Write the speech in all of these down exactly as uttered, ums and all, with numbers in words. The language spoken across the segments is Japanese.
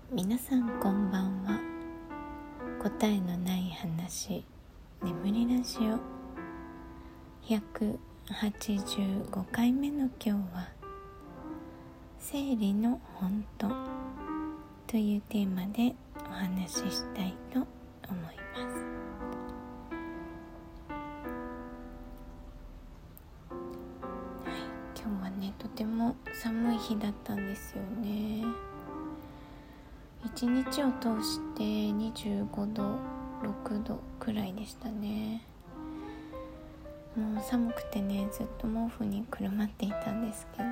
皆さんこんばんは。答えのない話、眠りラジオひゃくはちじゅうごかいめの今日は生理の本当というテーマでお話ししたいと思います。はい、今日はねとても寒い日だったんですよね。一日を通してにじゅうごど、ろくどくらいでしたね。もう寒くてね、ずっと毛布にくるまっていたんですけど、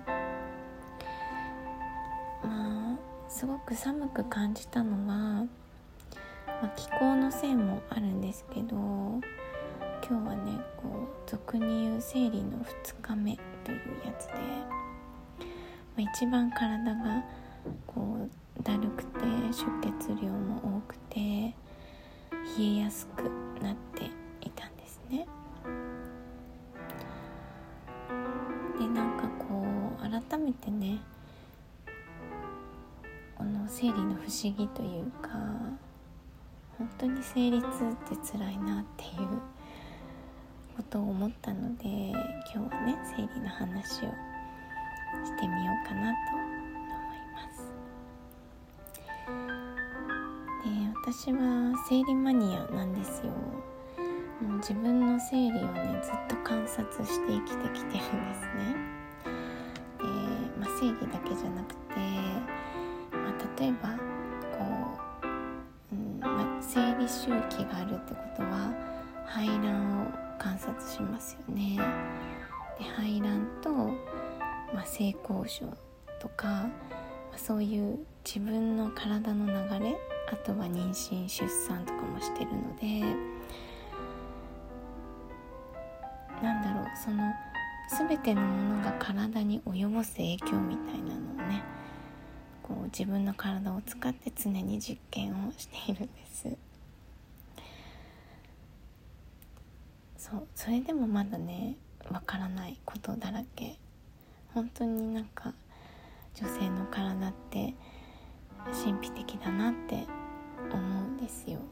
まあすごく寒く感じたのは、まあ、気候のせいもあるんですけど、今日はねこう俗に言う生理のふつかめというやつで、まあ、一番体がこうだるくて出血量も多くて冷えやすくなっていたんですね。でなんかこう改めてね、この生理の不思議というか、本当に生理痛って辛いなっていうことを思ったので、今日はね生理の話をしてみようかなと私は生理マニアなんですよ。もう自分の生理をねずっと観察して生きてきてるんですね。で、まあ、生理だけじゃなくて、まあ、例えばこう、うんまあ、生理周期があるってことは排卵を観察しますよね。で排卵と、まあ、性交渉とか、まあ、そういう自分の体の流れ、あとは妊娠出産とかもしてるので、なんだろう、その全てのものが体に及ぼす影響みたいなのをね、こう自分の体を使って常に実験をしているんです。そう、それでもまだねわからないことだらけ。本当になんか女性の体って神秘的だなって思うんですよ。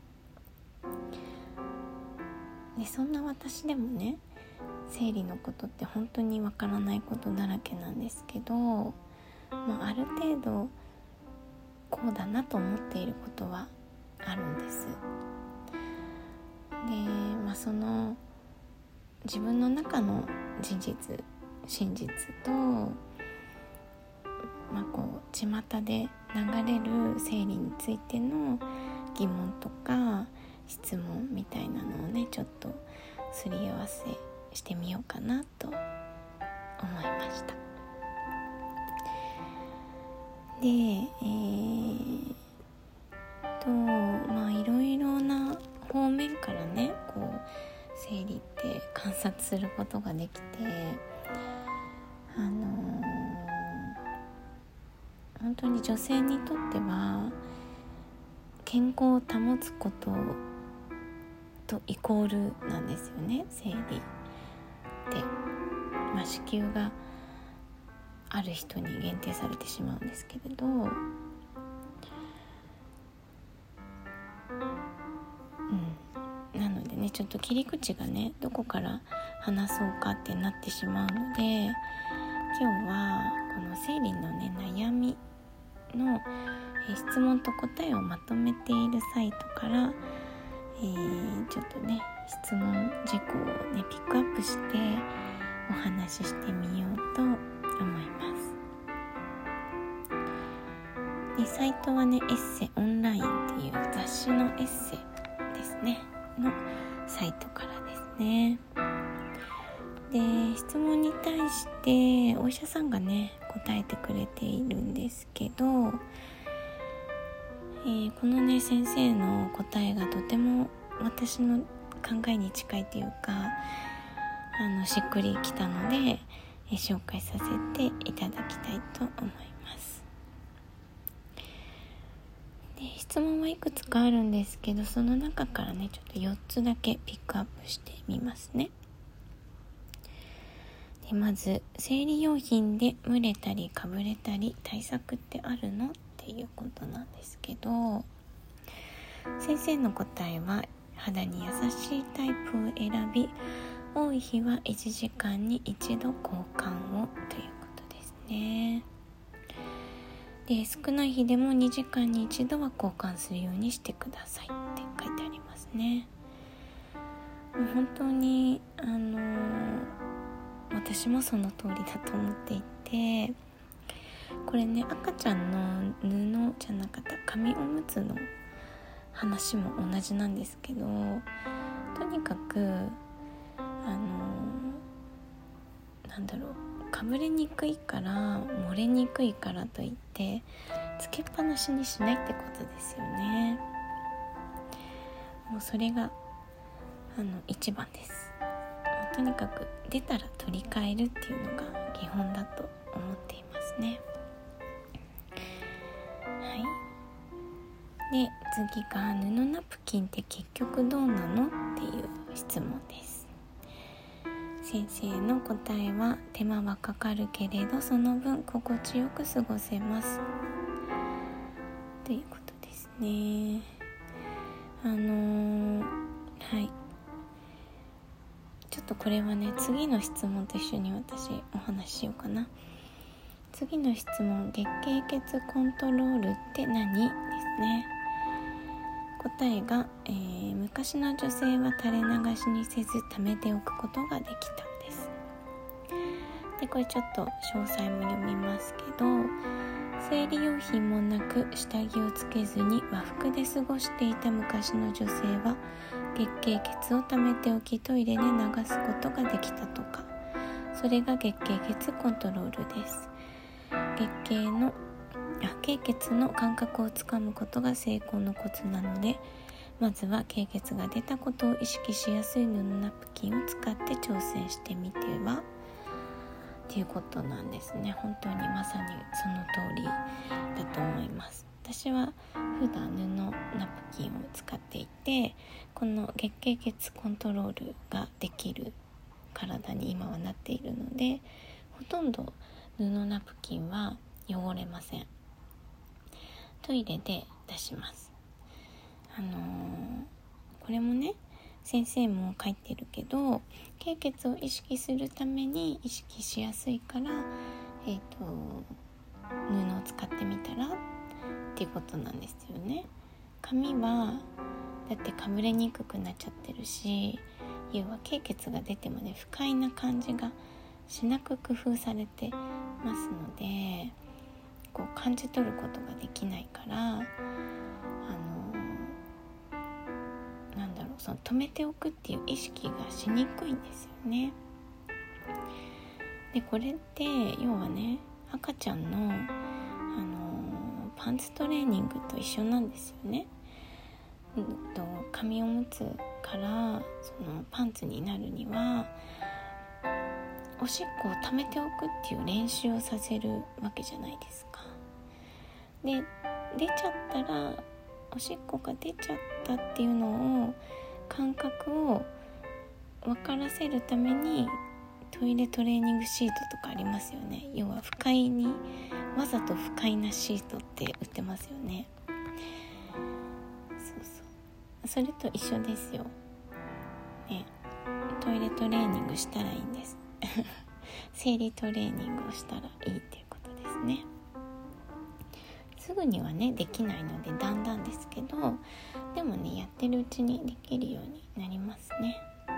でそんな私でもね、生理のことって本当にわからないことだらけなんですけど、まあ、ある程度こうだなと思っていることはあるんです。で、まあ、その自分の中の事実、真実と、まあ、こう巷で流れる生理についての疑問とか質問みたいなのをねちょっとすり合わせしてみようかなと思いました。で、えー、とまあいろいろな方面からねこう生理って観察することができて、あのー、本当に女性にとっては健康を保つこととイコールなんですよね、生理って。まあ、子宮がある人に限定されてしまうんですけれど、うん、なのでねちょっと切り口がねどこから話そうかってなってしまうので、今日はこの生理のね悩みの質問と答えをまとめているサイトから、えー、ちょっとね質問事項をねピックアップしてお話ししてみようと思います。でサイトはねエッセオンラインっていう雑誌のエッセですねのサイトからですね。で質問に対してお医者さんがね答えてくれているんですけど、えー、このね先生の答えがとても私の考えに近いというか、あのしっくりきたので、えー、紹介させていただきたいと思います。で質問はいくつかあるんですけど、その中からねちょっとよっつだけピックアップしてみますね。でまず、生理用品で蒸れたりかぶれたり対策ってあるのってっていうことなんですけど、先生の答えは肌に優しいタイプを選び、多い日はいちじかんに一度交換をということですね。で、少ない日でもにじかんに一度は交換するようにしてくださいって書いてありますね。もう本当にあのー、私もその通りだと思っていて、これね、赤ちゃんの布じゃなかった紙おむつの話も同じなんですけど、とにかくあのー、なんだろうかぶれにくいから漏れにくいからといってつけっぱなしにしないってことですよね。もうそれがあの一番です。もうとにかく出たら取り替えるっていうのが基本だと思っていますね。はい。で、次が布ナプキンって結局どうなのっていう質問です。先生の答えは、手間はかかるけれどその分心地よく過ごせますということですね。あのー、はいちょっとこれはね、次の質問と一緒に私お話ししようかな。次の質問、月経血コントロールって何ですね。答えが、えー、昔の女性は垂れ流しにせず溜めておくことができたんです。で、これちょっと詳細も読みますけど、生理用品もなく下着をつけずに和服で過ごしていた昔の女性は月経血を溜めておきトイレで流すことができたとか。それが月経血コントロールです。月経の経血の感覚をつかむことが成功のコツなので、まずは経血が出たことを意識しやすい布ナプキンを使って挑戦してみてはっていうことなんですね。本当にまさにその通りだと思います。私は普段布ナプキンを使っていて、この月経血コントロールができる体に今はなっているので、ほとんど布ナプキンは汚れません。トイレで出します。あのー、これもね、先生も書いてるけど、経血を意識するために意識しやすいから、えーと、布を使ってみたらっていうことなんですよね。髪はだってかぶれにくくなっちゃってるし、要は経血が出てもね、不快な感じがしなく工夫されてますので、こう感じ取ることができないから、あのー、なんだろうその止めておくっていう意識がしにくいんですよね。で、これって要はね、赤ちゃんの、あのー、パンツトレーニングと一緒なんですよね。うんと紙おむつからそのパンツになるにはおしっこを溜めておくっていう練習をさせるわけじゃないですか。で、出ちゃったらおしっこが出ちゃったっていうのを感覚を分からせるためにトイレトレーニングシートとかありますよね。要は不快にわざと不快なシートって売ってますよね。そうそう、それと一緒ですよ、ね、トイレトレーニングしたらいいんです生理トレーニングをしたらいいっていうことですね。すぐにはねできないのでだんだんですけど、でもねやってるうちにできるようになりますね。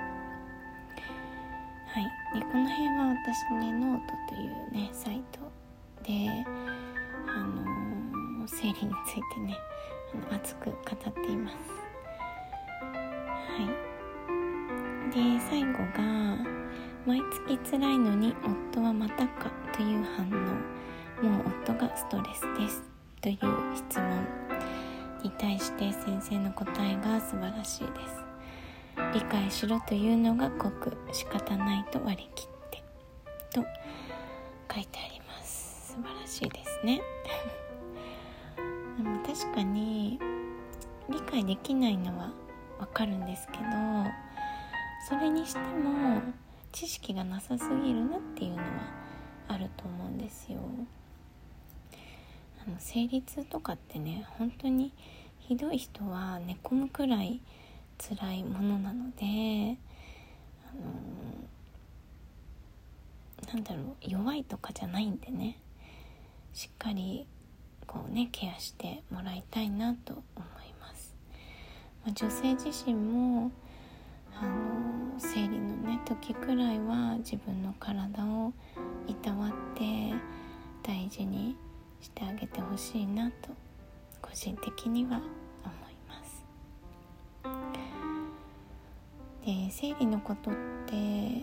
はい。で、この辺は私ねノートというねサイトであのー、生理についてねあの熱く語っています。はい。で、最後が毎月辛いのに夫はまたかという反応、もう夫がストレスですという質問に対して先生の答えが素晴らしいです。理解しろというのが濃く、仕方ないと割り切ってと書いてあります。素晴らしいですねでも確かに理解できないのはわかるんですけど、それにしても知識がなさすぎるなっていうのはあると思うんですよ。 あの生理痛とかってね、本当にひどい人は寝込むくらい辛いものなので、あのなんだろう弱いとかじゃないんでね、しっかりこうねケアしてもらいたいなと思います。まあ、女性自身もあの生理のね時くらいは自分の体をいたわって大事にしてあげてほしいなと個人的には思います。で、生理のことって、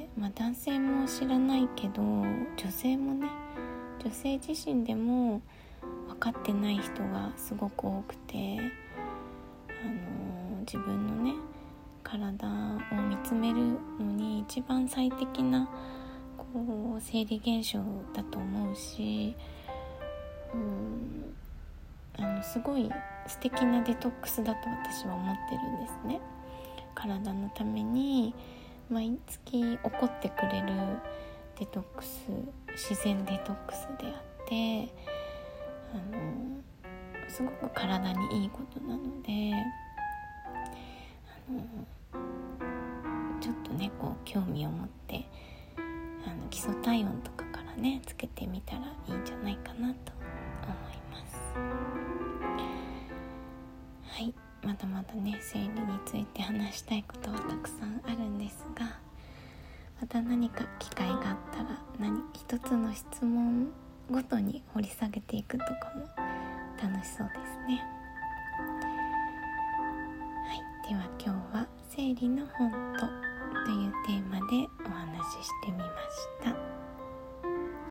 まあ、男性も知らないけど女性もね、女性自身でも分かってない人がすごく多くて、あの自分のね体を見つめるのに一番最適なこう生理現象だと思うし、うんあのすごい素敵なデトックスだと私は思ってるんですね。体のために毎月起こってくれるデトックス、自然デトックスであって、あのすごく体にいいことなので、あのちょっとねこう興味を持ってあの基礎体温とかからねつけてみたらいいんじゃないかなと思います。はい、まだまだね生理について話したいことはたくさんあるんですが、また何か機会があったら何一つの質問ごとに掘り下げていくとかも楽しそうですね。はい、では今日は生理の本とというテーマでお話ししてみました。